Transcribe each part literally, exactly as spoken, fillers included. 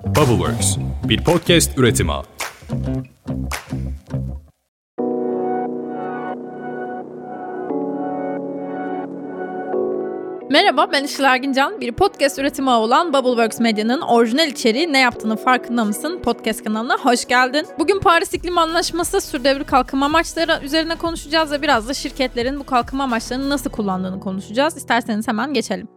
Bubbleworks, bir podcast üretimi. Merhaba, ben Işıl Ergincan. Bir podcast üretimi olan Bubbleworks Medya'nın orijinal içeriği Ne Yaptığının Farkında Mısın podcast kanalına hoş geldin. Bugün Paris İklim Anlaşması sürdürülebilir kalkınma amaçları üzerine konuşacağız ve biraz da şirketlerin bu kalkınma amaçlarını nasıl kullandığını konuşacağız. İsterseniz hemen geçelim.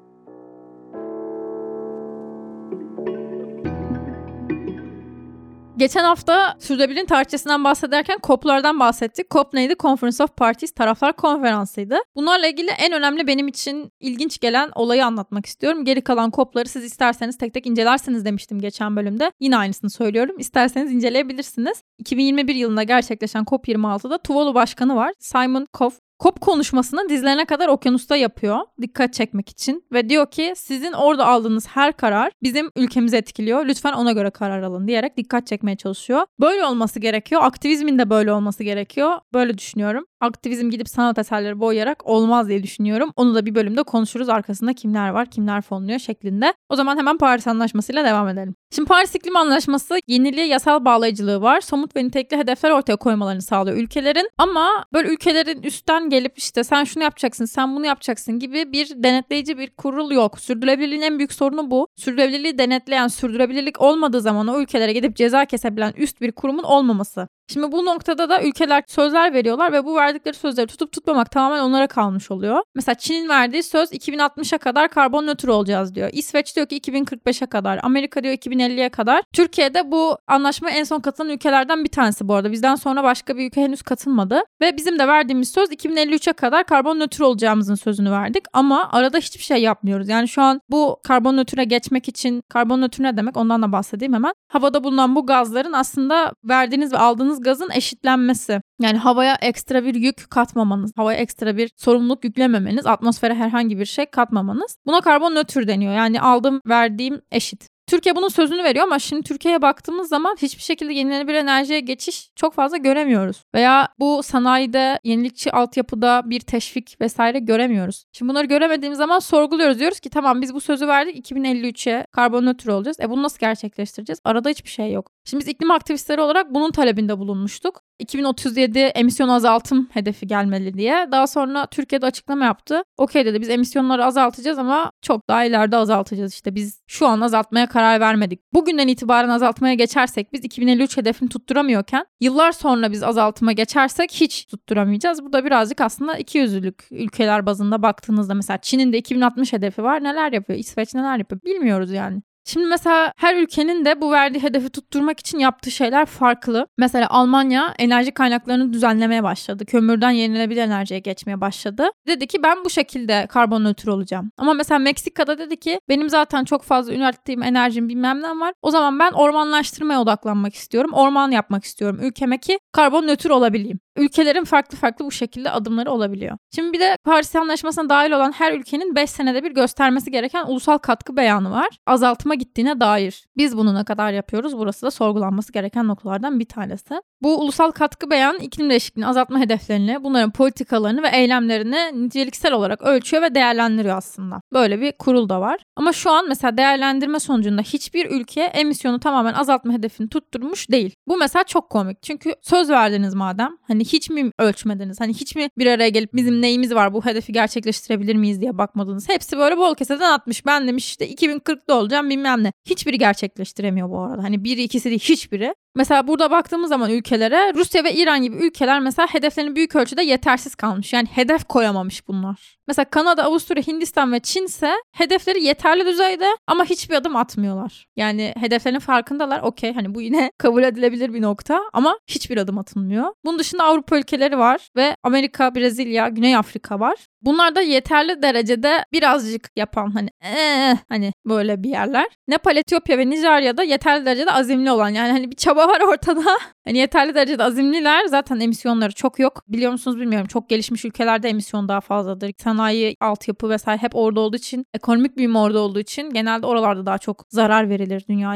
Geçen hafta sürdürülebilirliğin tarihçesinden bahsederken C O P'lardan bahsettik. C O P neydi? Conference of Parties, Taraflar Konferansı'ydı. Bunlarla ilgili en önemli benim için ilginç gelen olayı anlatmak istiyorum. Geri kalan C O P'ları siz isterseniz tek tek incelersiniz demiştim geçen bölümde. Yine aynısını söylüyorum. İsterseniz inceleyebilirsiniz. iki bin yirmi bir yılında gerçekleşen C O P yirmi altıda Tuvalu Başkanı var. Simon Kof. C O P konuşmasını dizlerine kadar okyanusta yapıyor dikkat çekmek için ve diyor ki sizin orada aldığınız her karar bizim ülkemizi etkiliyor. Lütfen ona göre karar alın diyerek dikkat çekmeye çalışıyor. Böyle olması gerekiyor. Aktivizmin de böyle olması gerekiyor. Böyle düşünüyorum. Aktivizm gidip sanat eserleri boyayarak olmaz diye düşünüyorum. Onu da bir bölümde konuşuruz. Arkasında kimler var, kimler fonluyor şeklinde. O zaman hemen Paris Anlaşması'yla devam edelim. Şimdi Paris İklim Anlaşması yeniliğe yasal bağlayıcılığı var. Somut ve nitelikli hedefler ortaya koymalarını sağlıyor ülkelerin. Ama böyle ülkelerin üstten gelip işte sen şunu yapacaksın, sen bunu yapacaksın gibi bir denetleyici bir kurul yok. Sürdürülebilirliğin en büyük sorunu bu. Sürdürülebilirliği denetleyen, sürdürülebilirlik olmadığı zaman o ülkelere gidip ceza kesebilen üst bir kurumun olmaması. Şimdi bu noktada da ülkeler sözler veriyorlar ve bu verdikleri sözleri tutup tutmamak tamamen onlara kalmış oluyor. Mesela Çin'in verdiği söz iki bin altmışa kadar karbon nötr olacağız diyor. İsveç diyor ki iki bin kırk beşe kadar. Amerika diyor iki bin elliye kadar. Türkiye'de bu anlaşmaya en son katılan ülkelerden bir tanesi bu arada. Bizden sonra başka bir ülke henüz katılmadı. Ve bizim de verdiğimiz söz iki bin elli üçe kadar karbon nötr olacağımızın sözünü verdik. Ama arada hiçbir şey yapmıyoruz. Yani şu an bu karbon nötre geçmek için, karbon nötr ne demek ondan da bahsedeyim hemen. Havada bulunan bu gazların aslında verdiğiniz ve aldığınız gazın eşitlenmesi. Yani havaya ekstra bir yük katmamanız, havaya ekstra bir sorumluluk yüklememeniz, atmosfere herhangi bir şey katmamanız. Buna karbon nötr deniyor. Yani aldığım, verdiğim eşit. Türkiye bunun sözünü veriyor ama şimdi Türkiye'ye baktığımız zaman hiçbir şekilde yenilenebilir enerjiye geçiş çok fazla göremiyoruz. Veya bu sanayide, yenilikçi altyapıda bir teşvik vesaire göremiyoruz. Şimdi bunları göremediğimiz zaman sorguluyoruz. Diyoruz ki tamam biz bu sözü verdik iki bin elli üçe karbon nötr olacağız. E bunu nasıl gerçekleştireceğiz? Arada hiçbir şey yok. Şimdi biz iklim aktivistleri olarak bunun talebinde bulunmuştuk. iki bin otuz yedi emisyon azaltım hedefi gelmeli diye. Daha sonra Türkiye'de açıklama yaptı. Okey dedi biz emisyonları azaltacağız ama çok daha ileride azaltacağız. İşte biz şu an azaltmaya karar vermedik. Bugünden itibaren azaltmaya geçersek biz iki bin elli üç hedefini tutturamıyorken yıllar sonra biz azaltıma geçersek hiç tutturamayacağız. Bu da birazcık aslında ikiyüzlülük ülkeler bazında baktığınızda mesela Çin'in de iki bin altmış hedefi var. Neler yapıyor? İsveç neler yapıyor? Bilmiyoruz yani. Şimdi mesela her ülkenin de bu verdiği hedefi tutturmak için yaptığı şeyler farklı. Mesela Almanya enerji kaynaklarını düzenlemeye başladı. Kömürden yenilenebilir enerjiye geçmeye başladı. Dedi ki ben bu şekilde karbon nötr olacağım. Ama mesela Meksika'da dedi ki benim zaten çok fazla ürettiğim enerjim bilmem ne var. O zaman ben ormanlaştırmaya odaklanmak istiyorum. Orman yapmak istiyorum ülkeme ki karbon nötr olabileyim. Ülkelerin farklı farklı bu şekilde adımları olabiliyor. Şimdi bir de Paris Anlaşması'na dahil olan her ülkenin beş senede bir göstermesi gereken ulusal katkı beyanı var. Azaltıma gittiğine dair. Biz bunu ne kadar yapıyoruz? Burası da sorgulanması gereken noktalardan bir tanesi. Bu ulusal katkı beyanı iklim değişikliğini azaltma hedeflerini, bunların politikalarını ve eylemlerini niteliksel olarak ölçüyor ve değerlendiriyor aslında. Böyle bir kurul da var. Ama şu an mesela değerlendirme sonucunda hiçbir ülke emisyonu tamamen azaltma hedefini tutturmuş değil. Bu mesela çok komik. Çünkü söz verdiniz madem. Hani hiç mi ölçmediniz? Hani hiç mi bir araya gelip bizim neyimiz var bu hedefi gerçekleştirebilir miyiz diye bakmadınız? Hepsi böyle bol keseden atmış. Ben demiş işte iki bin kırkta olacağım bilmem ne. Hiçbiri gerçekleştiremiyor bu arada. Hani biri ikisi değil hiçbiri. Mesela burada baktığımız zaman ülkelere Rusya ve İran gibi ülkeler mesela hedeflerinin büyük ölçüde yetersiz kalmış. Yani hedef koyamamış bunlar. Mesela Kanada, Avusturya, Hindistan ve Çin ise hedefleri yeterli düzeyde ama hiçbir adım atmıyorlar. Yani hedeflerinin farkındalar. Okey hani bu yine kabul edilebilir bir nokta ama hiçbir adım atılmıyor. Bunun dışında Avrupa ülkeleri var ve Amerika, Brezilya, Güney Afrika var. Bunlar da yeterli derecede birazcık yapan hani ee, hani böyle bir yerler. Nepal, Etiyopya ve Nijerya'da yeterli derecede azimli olan yani hani bir çaba var ortada. Hani yeterli derecede azimliler. Zaten emisyonları çok yok. Biliyor musunuz bilmiyorum. Çok gelişmiş ülkelerde emisyon daha fazladır. Sanayi, altyapı vesaire hep orada olduğu için, ekonomik büyüme orada olduğu için genelde oralarda daha çok zarar verilir dünyaya.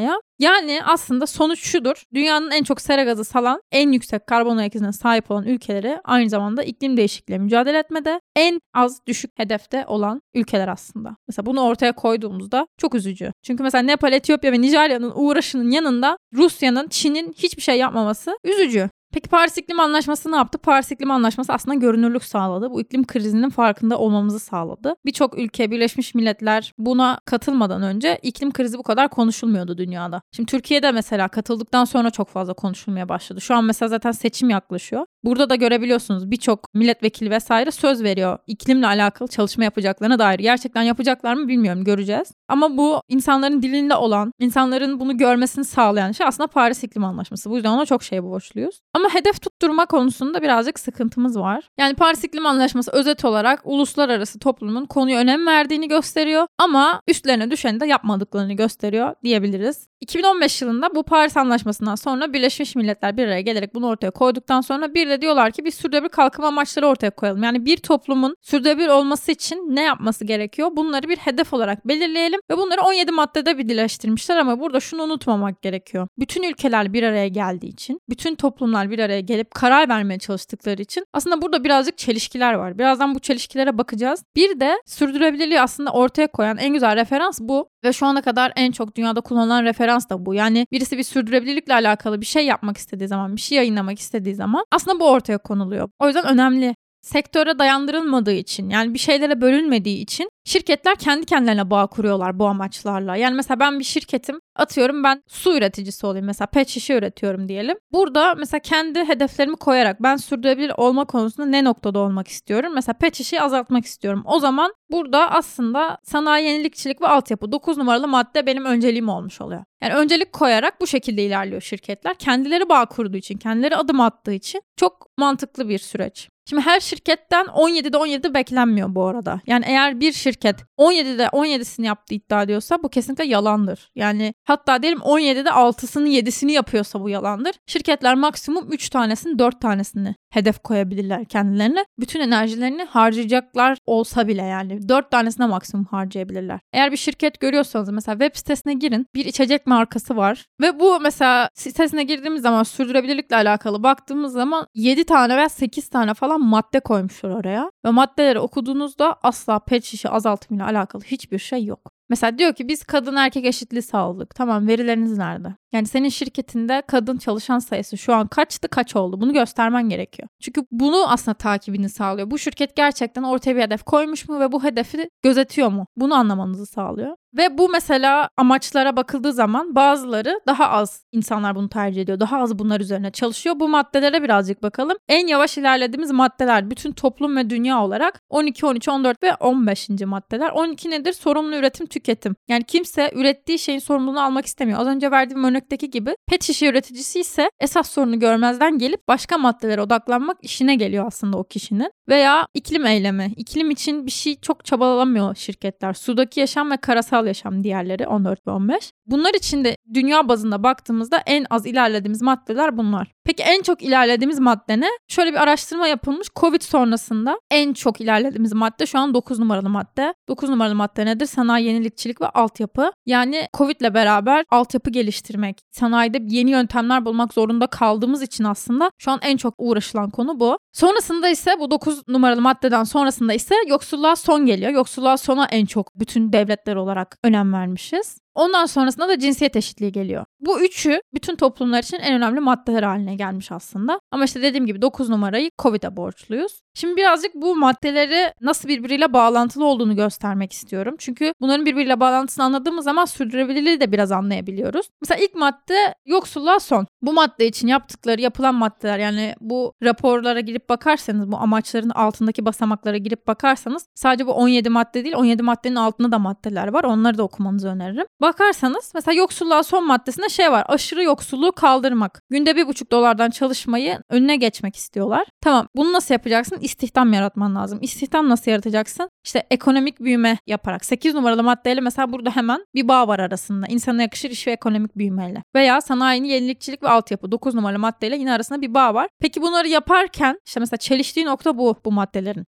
Yani aslında sonuç şudur. Dünyanın en çok sera gazı salan, en yüksek karbon ayak izine sahip olan ülkeleri aynı zamanda iklim değişikliğiyle mücadele etmede en az düşük hedefte olan ülkeler aslında. Mesela bunu ortaya koyduğumuzda çok üzücü. Çünkü mesela Nepal, Etiyopya ve Nijerya'nın uğraşının yanında Rusya'nın, Çin'in hiçbir şey yapmaması üzücü. Peki Paris İklim Anlaşması ne yaptı? Paris İklim Anlaşması aslında görünürlük sağladı. Bu iklim krizinin farkında olmamızı sağladı. Birçok ülke, Birleşmiş Milletler buna katılmadan önce iklim krizi bu kadar konuşulmuyordu dünyada. Şimdi Türkiye'de mesela katıldıktan sonra çok fazla konuşulmaya başladı. Şu an mesela zaten seçim yaklaşıyor. Burada da görebiliyorsunuz birçok milletvekili vesaire söz veriyor. İklimle alakalı çalışma yapacaklarına dair. Gerçekten yapacaklar mı bilmiyorum, göreceğiz. Ama bu insanların dilinde olan, insanların bunu görmesini sağlayan şey aslında Paris İklim Anlaşması. Bu yüzden ona çok şey borçluyuz. Ama hedef tutturma konusunda birazcık sıkıntımız var. Yani Paris İklim Anlaşması özet olarak uluslararası toplumun konuya önem verdiğini gösteriyor ama üstlerine düşeni de yapmadıklarını gösteriyor diyebiliriz. iki bin on beş yılında bu Paris Anlaşması'ndan sonra Birleşmiş Milletler bir araya gelerek bunu ortaya koyduktan sonra bir de diyorlar ki bir sürdürülebilir kalkınma amaçları ortaya koyalım. Yani bir toplumun sürdürülebilir olması için ne yapması gerekiyor? Bunları bir hedef olarak belirleyelim ve bunları on yedi maddede birleştirmişler ama burada şunu unutmamak gerekiyor. Bütün ülkeler bir araya geldiği için, bütün toplumlar bir araya gelip karar vermeye çalıştıkları için aslında burada birazcık çelişkiler var. Birazdan bu çelişkilere bakacağız. Bir de sürdürülebilirliği aslında ortaya koyan en güzel referans bu ve şu ana kadar en çok dünyada kullanılan referans da bu. Yani birisi bir sürdürülebilirlikle alakalı bir şey yapmak istediği zaman, bir şey yayınlamak istediği zaman aslında bu ortaya konuluyor. O yüzden önemli. Sektöre dayandırılmadığı için, yani bir şeylere bölünmediği için şirketler kendi kendilerine bağ kuruyorlar bu amaçlarla. Yani mesela ben bir şirketim, atıyorum ben su üreticisi olayım, mesela pet şişe üretiyorum diyelim. Burada mesela kendi hedeflerimi koyarak ben sürdürülebilir olma konusunda ne noktada olmak istiyorum? Mesela pet şişeyi azaltmak istiyorum. O zaman burada aslında sanayi, yenilikçilik ve altyapı dokuz numaralı madde benim önceliğim olmuş oluyor. Yani öncelik koyarak bu şekilde ilerliyor şirketler. Kendileri bağ kurduğu için, kendileri adım attığı için çok mantıklı bir süreç. Şimdi her şirketten on yedide on yedi beklenmiyor bu arada. Yani eğer bir şirket on yedide on yedisini yaptığı iddia ediyorsa bu kesinlikle yalandır. Yani hatta diyelim on yedide altısını yedisini yapıyorsa bu yalandır. Şirketler maksimum üç tanesini dört tanesini hedef koyabilirler kendilerine. Bütün enerjilerini harcayacaklar olsa bile yani dört tanesine maksimum harcayabilirler. Eğer bir şirket görüyorsanız mesela web sitesine girin, bir içecek markası var ve bu mesela sitesine girdiğimiz zaman sürdürülebilirlikle alakalı baktığımız zaman yedi tane veya sekiz tane falan madde koymuşlar oraya ve maddeleri okuduğunuzda asla pet şişe azaltımıyla alakalı hiçbir şey yok. Mesela diyor ki biz kadın erkek eşitliği sağladık. Tamam, verileriniz nerede? Yani senin şirketinde kadın çalışan sayısı şu an kaçtı, kaç oldu? Bunu göstermen gerekiyor. Çünkü bunu aslında takibini sağlıyor. Bu şirket gerçekten ortaya bir hedef koymuş mu ve bu hedefi gözetiyor mu? Bunu anlamanızı sağlıyor. Ve bu mesela amaçlara bakıldığı zaman bazıları daha az insanlar bunu tercih ediyor. Daha az bunlar üzerine çalışıyor. Bu maddelere birazcık bakalım. En yavaş ilerlediğimiz maddeler bütün toplum ve dünya olarak on iki, on üç, on dört ve on beşinci maddeler. on iki nedir? Sorumlu üretim, tüketim. Yani kimse ürettiği şeyin sorumluluğunu almak istemiyor. Az önce verdiğim örnekteki gibi pet şişe üreticisi ise esas sorunu görmezden gelip başka maddelere odaklanmak işine geliyor aslında o kişinin. Veya iklim eylemi. İklim için bir şey çok çabalamıyor şirketler. Sudaki yaşam ve karasal yaşam diğerleri on dört ve on beş. Bunlar için de dünya bazında baktığımızda en az ilerlediğimiz maddeler bunlar. Peki en çok ilerlediğimiz madde ne? Şöyle bir araştırma yapılmış. Covid sonrasında en çok ilerlediğimiz madde şu an dokuz numaralı madde. dokuz numaralı madde nedir? Sanayi, yenilikçilik ve altyapı. Yani Covid'le beraber altyapı geliştirmek, sanayide yeni yöntemler bulmak zorunda kaldığımız için aslında şu an en çok uğraşılan konu bu. Sonrasında ise bu dokuz numaralı maddeden sonrasında ise yoksulluğa son geliyor. Yoksulluğa sona en çok bütün devletler olarak önem vermişiz. Ondan sonrasında da cinsiyet eşitliği geliyor. Bu üçü bütün toplumlar için en önemli maddeler haline gelmiş aslında. Ama işte dediğim gibi dokuz numarayı Covid'e borçluyuz. Şimdi birazcık bu maddeleri nasıl birbiriyle bağlantılı olduğunu göstermek istiyorum. Çünkü bunların birbiriyle bağlantısını anladığımız zaman sürdürülebilirliği de biraz anlayabiliyoruz. Mesela ilk madde yoksulluğa son. Bu madde için yaptıkları, yapılan maddeler, yani bu raporlara girip bakarsanız, bu amaçların altındaki basamaklara girip bakarsanız sadece bu on yedi madde değil, on yedi maddenin altında da maddeler var. Onları da okumanızı öneririm. Bakarsanız mesela yoksulluğa son maddesinde şey var. Aşırı yoksulluğu kaldırmak. Günde bir buçuk dolardan çalışmayı önüne geçmek istiyorlar. Tamam, bunu nasıl yapacaksın? İstihdam yaratman lazım. İstihdam nasıl yaratacaksın? İşte ekonomik büyüme yaparak. sekiz numaralı maddeyle mesela burada hemen bir bağ var arasında. İnsana yakışır iş ve ekonomik büyümeyle. Veya sanayinin yenilikçilik ve altyapı. dokuz numaralı maddeyle yine arasında bir bağ var. Peki bunları yaparken işte mesela çeliştiği nokta bu bu maddelerin.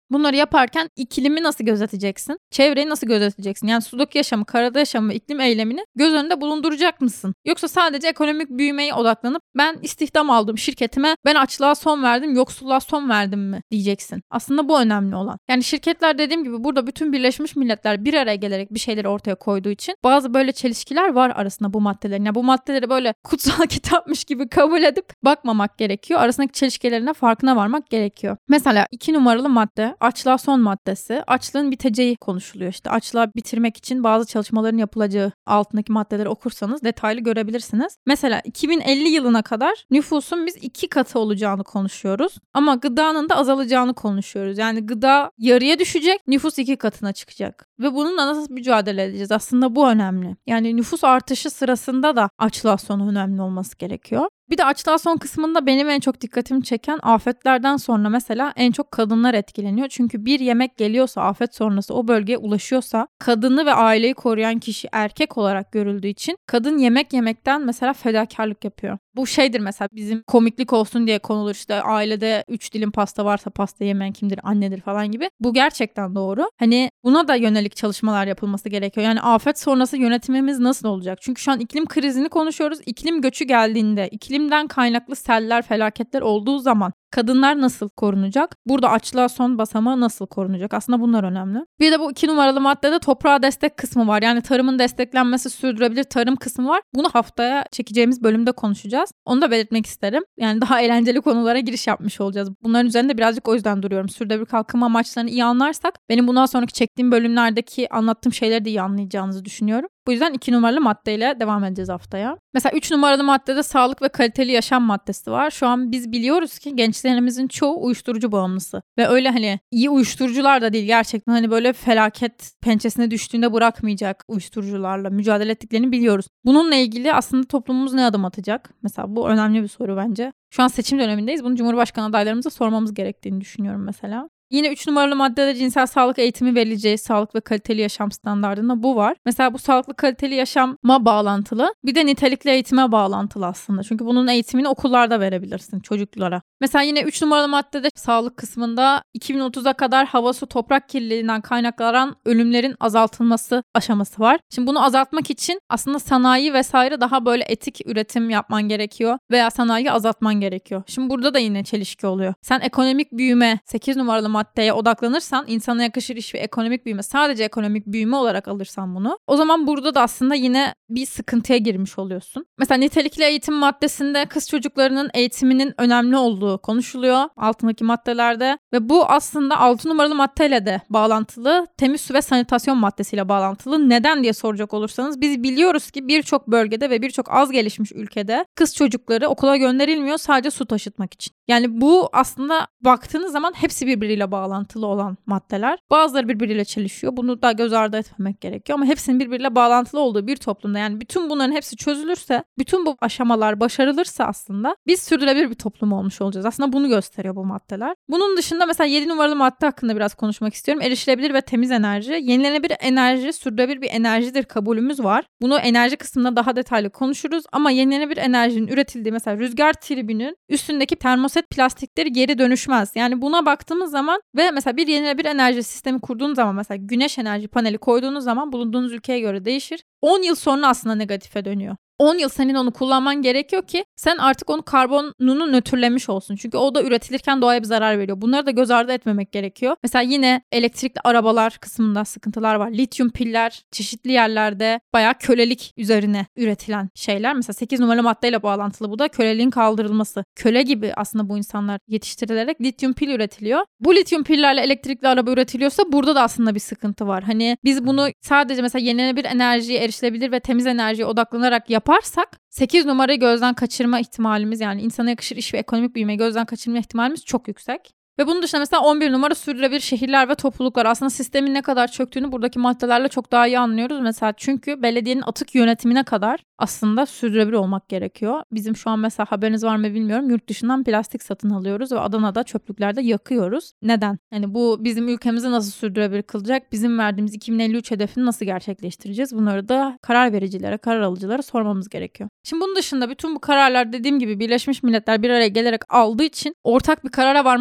Bunları yaparken iklimi nasıl gözeteceksin? Çevreyi nasıl gözeteceksin? Yani sudaki yaşamı, karada yaşamı, iklim eylemini göz önünde bulunduracak mısın? Yoksa sadece ekonomik büyümeye odaklanıp ben istihdam aldım şirketime, ben açlığa son verdim, yoksulluğa son verdim mi diyeceksin. Aslında bu önemli olan. Yani şirketler dediğim gibi burada bütün Birleşmiş Milletler bir araya gelerek bir şeyleri ortaya koyduğu için bazı böyle çelişkiler var arasında bu maddelerin. Yani bu maddeleri böyle kutsal kitapmış gibi kabul edip bakmamak gerekiyor. Arasındaki çelişkilerine farkına varmak gerekiyor. Mesela iki numaralı madde açlığa son maddesi. Açlığın biteceği konuşuluyor. İşte açlığa bitirmek için bazı çalışmaların yapılacağı altındaki maddeleri okursanız detaylı görebilirsiniz. Mesela iki bin elli yılına kadar nüfusun biz iki katı olacağını konuşuyoruz. Ama gıdanın da azalacağını konuşuyoruz. Yani gıda yarıya düşecek, nüfus iki katına çıkacak. Ve bununla nasıl mücadele edeceğiz? Aslında bu önemli. Yani nüfus artışı sırasında da açlığa son önemli olması gerekiyor. Bir de açlığa son kısmında benim en çok dikkatimi çeken afetlerden sonra mesela en çok kadınlar etkileniyor. Çünkü bir yemek geliyorsa afet sonrası o bölgeye ulaşıyorsa kadını ve aileyi koruyan kişi erkek olarak görüldüğü için kadın yemek yemekten mesela fedakarlık yapıyor. Bu şeydir mesela bizim komiklik olsun diye konulur işte ailede üç dilim pasta varsa pasta yemeyen kimdir annedir falan gibi. Bu gerçekten doğru. Hani buna da yönelik çalışmalar yapılması gerekiyor. Yani afet sonrası yönetimimiz nasıl olacak? Çünkü şu an iklim krizini konuşuyoruz. İklim göçü geldiğinde, iklimden kaynaklı seller, felaketler olduğu zaman kadınlar nasıl korunacak? Burada açlığa son basamağı nasıl korunacak? Aslında bunlar önemli. Bir de bu iki numaralı maddede toprağa destek kısmı var. Yani tarımın desteklenmesi, sürdürülebilir tarım kısmı var. Bunu haftaya çekeceğimiz bölümde konuşacağız. Onu da belirtmek isterim. Yani daha eğlenceli konulara giriş yapmış olacağız. Bunların üzerinde birazcık o yüzden duruyorum. Sürdürülebilir kalkınma amaçlarını iyi anlarsak benim bundan sonraki çektiğim bölümlerdeki anlattığım şeyleri de iyi anlayacağınızı düşünüyorum. Bu yüzden iki numaralı maddeyle devam edeceğiz haftaya. Mesela üç numaralı maddede sağlık ve kaliteli yaşam maddesi var. Şu an biz biliyoruz ki gençlerimizin çoğu uyuşturucu bağımlısı. Ve öyle hani iyi uyuşturucular da değil gerçekten hani böyle felaket pençesine düştüğünde bırakmayacak uyuşturucularla mücadele ettiklerini biliyoruz. Bununla ilgili aslında toplumumuz ne adım atacak? Mesela bu önemli bir soru bence. Şu an seçim dönemindeyiz. Bunu Cumhurbaşkanı adaylarımıza sormamız gerektiğini düşünüyorum mesela. Yine üç numaralı maddede cinsel sağlık eğitimi verileceği sağlık ve kaliteli yaşam standardında bu var. Mesela bu sağlıklı kaliteli yaşama bağlantılı bir de nitelikli eğitime bağlantılı aslında. Çünkü bunun eğitimini okullarda verebilirsin çocuklara. Mesela yine üç numaralı maddede sağlık kısmında iki bin otuza kadar hava su toprak kirliliğinden kaynaklanan ölümlerin azaltılması aşaması var. Şimdi bunu azaltmak için aslında sanayi vesaire daha böyle etik üretim yapman gerekiyor veya sanayiyi azaltman gerekiyor. Şimdi burada da yine çelişki oluyor. Sen ekonomik büyüme sekiz numaralı maddeye odaklanırsan insana yakışır iş ve ekonomik büyüme sadece ekonomik büyüme olarak alırsan bunu o zaman burada da aslında yine bir sıkıntıya girmiş oluyorsun. Mesela nitelikli eğitim maddesinde kız çocuklarının eğitiminin önemli olduğu konuşuluyor altındaki maddelerde ve bu aslında altı numaralı maddeyle de bağlantılı temiz su ve sanitasyon maddesiyle bağlantılı. Neden diye soracak olursanız biz biliyoruz ki birçok bölgede ve birçok az gelişmiş ülkede kız çocukları okula gönderilmiyor sadece su taşıtmak için. Yani bu aslında baktığınız zaman hepsi birbiriyle bağlantılı olan maddeler. Bazıları birbiriyle çelişiyor. Bunu da göz ardı etmemek gerekiyor ama hepsinin birbiriyle bağlantılı olduğu bir toplumda yani bütün bunların hepsi çözülürse, bütün bu aşamalar başarılırsa aslında biz sürdürülebilir bir toplum olmuş olacağız. Aslında bunu gösteriyor bu maddeler. Bunun dışında mesela yedi numaralı madde hakkında biraz konuşmak istiyorum. Erişilebilir ve temiz enerji. Yenilenebilir enerji sürdürülebilir bir enerjidir kabulümüz var. Bunu enerji kısmında daha detaylı konuşuruz ama yenilenebilir enerjinin üretildiği mesela rüzgar tribünün üstündeki termoset plastikleri geri dönüşmez. Yani buna baktığımız zaman ve mesela bir yenilenebilir enerji sistemi kurduğunuz zaman mesela güneş enerji paneli koyduğunuz zaman bulunduğunuz ülkeye göre değişir. on yıl sonra aslında negatife dönüyor. on yıl senin onu kullanman gerekiyor ki sen artık onu karbonunu nötrlemiş olsun. Çünkü o da üretilirken doğaya bir zarar veriyor. Bunları da göz ardı etmemek gerekiyor. Mesela yine elektrikli arabalar kısmında sıkıntılar var. Lityum piller çeşitli yerlerde bayağı kölelik üzerine üretilen şeyler. Mesela sekiz numaralı maddeyle bağlantılı bu da köleliğin kaldırılması. Köle gibi aslında bu insanlar yetiştirilerek lityum pil üretiliyor. Bu lityum pillerle elektrikli araba üretiliyorsa burada da aslında bir sıkıntı var. Hani biz bunu sadece mesela yenilenebilir enerjiye erişilebilir ve temiz enerjiye odaklanarak yap yaparsak sekiz numarayı gözden kaçırma ihtimalimiz yani insana yakışır iş ve ekonomik büyümeyi gözden kaçırma ihtimalimiz çok yüksek. Ve bunun dışında mesela on bir numara sürdürülebilir şehirler ve topluluklar. Aslında sistemin ne kadar çöktüğünü buradaki maddelerle çok daha iyi anlıyoruz. Mesela çünkü belediyenin atık yönetimine kadar aslında sürdürülebilir olmak gerekiyor. Bizim şu an mesela haberiniz var mı bilmiyorum. Yurt dışından plastik satın alıyoruz ve Adana'da çöplüklerde yakıyoruz. Neden? Yani bu bizim ülkemizi nasıl sürdürülebilir kılacak? Bizim verdiğimiz iki bin elli üç hedefini nasıl gerçekleştireceğiz? Bunları da karar vericilere, karar alıcılara sormamız gerekiyor. Şimdi bunun dışında bütün bu kararlar dediğim gibi Birleşmiş Milletler bir araya gelerek aldığı için ortak bir karara varmak çok zor.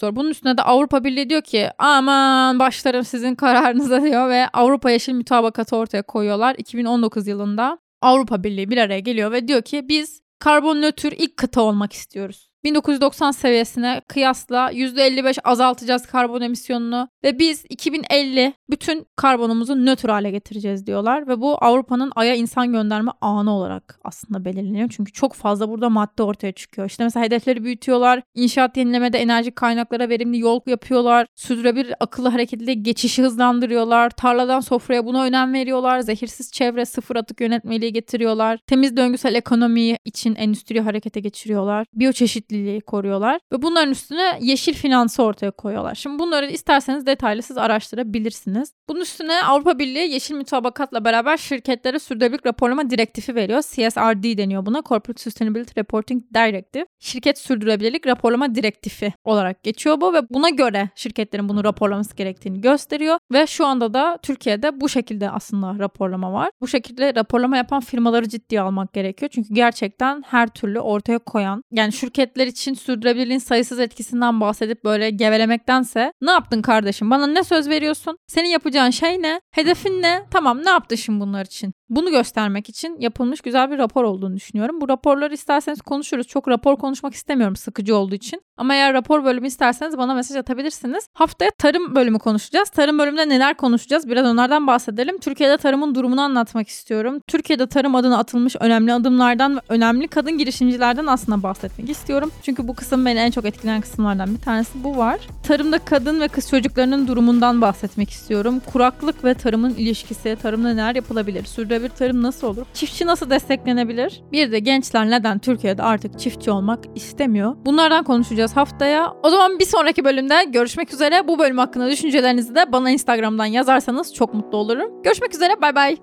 zor. Bunun üstüne de Avrupa Birliği diyor ki aman başlarım sizin kararınıza diyor ve Avrupa Yeşil Mutabakatı ortaya koyuyorlar. iki bin on dokuz yılında Avrupa Birliği bir araya geliyor ve diyor ki biz karbon nötr ilk kıta olmak istiyoruz. bin dokuz yüz doksan seviyesine kıyasla yüzde elli beş azaltacağız karbon emisyonunu ve biz iki bin elli bütün karbonumuzu nötr hale getireceğiz diyorlar ve bu Avrupa'nın Ay'a insan gönderme anı olarak aslında belirleniyor. Çünkü çok fazla burada madde ortaya çıkıyor. İşte mesela hedefleri büyütüyorlar, inşaat yenilemede enerji kaynaklara verimli yol yapıyorlar, sürdürülebilir akıllı hareketli geçişi hızlandırıyorlar, tarladan sofraya buna önem veriyorlar, zehirsiz çevre, sıfır atık yönetmeliği getiriyorlar, temiz döngüsel ekonomi için endüstriyi harekete geçiriyorlar, biyoçeşitliliği koruyorlar ve bunların üstüne yeşil finansı ortaya koyuyorlar. Şimdi bunları isterseniz detaylı siz araştırabilirsiniz. Bunun üstüne Avrupa Birliği Yeşil Mutabakat'la beraber şirketlere sürdürülebilirlik raporlama direktifi veriyor. C S R D deniyor buna. Corporate Sustainability Reporting Directive. Şirket sürdürülebilirlik raporlama direktifi olarak geçiyor bu ve buna göre şirketlerin bunu raporlaması gerektiğini gösteriyor ve şu anda da Türkiye'de bu şekilde aslında raporlama var. Bu şekilde raporlama yapan firmaları ciddiye almak gerekiyor. Çünkü gerçekten her türlü ortaya koyan, yani şirketler için sürdürülebilirliğin sayısız etkisinden bahsedip böyle gevelemektense ne yaptın kardeşim? Bana ne söz veriyorsun? Senin yapacağın şey ne? Hedefin ne? Tamam, ne yaptın şimdi bunlar için? Bunu göstermek için yapılmış güzel bir rapor olduğunu düşünüyorum. Bu raporları isterseniz konuşuruz. Çok rapor konuşmak istemiyorum sıkıcı olduğu için. Ama eğer rapor bölümü isterseniz bana mesaj atabilirsiniz. Haftaya tarım bölümü konuşacağız. Tarım bölümünde neler konuşacağız? Biraz onlardan bahsedelim. Türkiye'de tarımın durumunu anlatmak istiyorum. Türkiye'de tarım adına atılmış önemli adımlardan ve önemli kadın girişimcilerden aslında bahsetmek istiyorum. Çünkü bu kısım beni en çok etkileyen kısımlardan bir tanesi bu var. Tarımda kadın ve kız çocuklarının durumundan bahsetmek istiyorum. Kuraklık ve tarımın ilişkisi, tarımda neler yapılabilir? Sürdürülebilir bir tarım nasıl olur? Çiftçi nasıl desteklenebilir? Bir de gençler neden Türkiye'de artık çiftçi olmak istemiyor? Bunlardan konuşacağız haftaya. O zaman bir sonraki bölümde görüşmek üzere. Bu bölüm hakkında düşüncelerinizi de bana Instagram'dan yazarsanız çok mutlu olurum. Görüşmek üzere. Bay bay.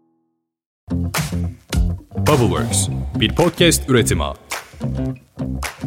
Bubbleworks, bir podcast üretimi.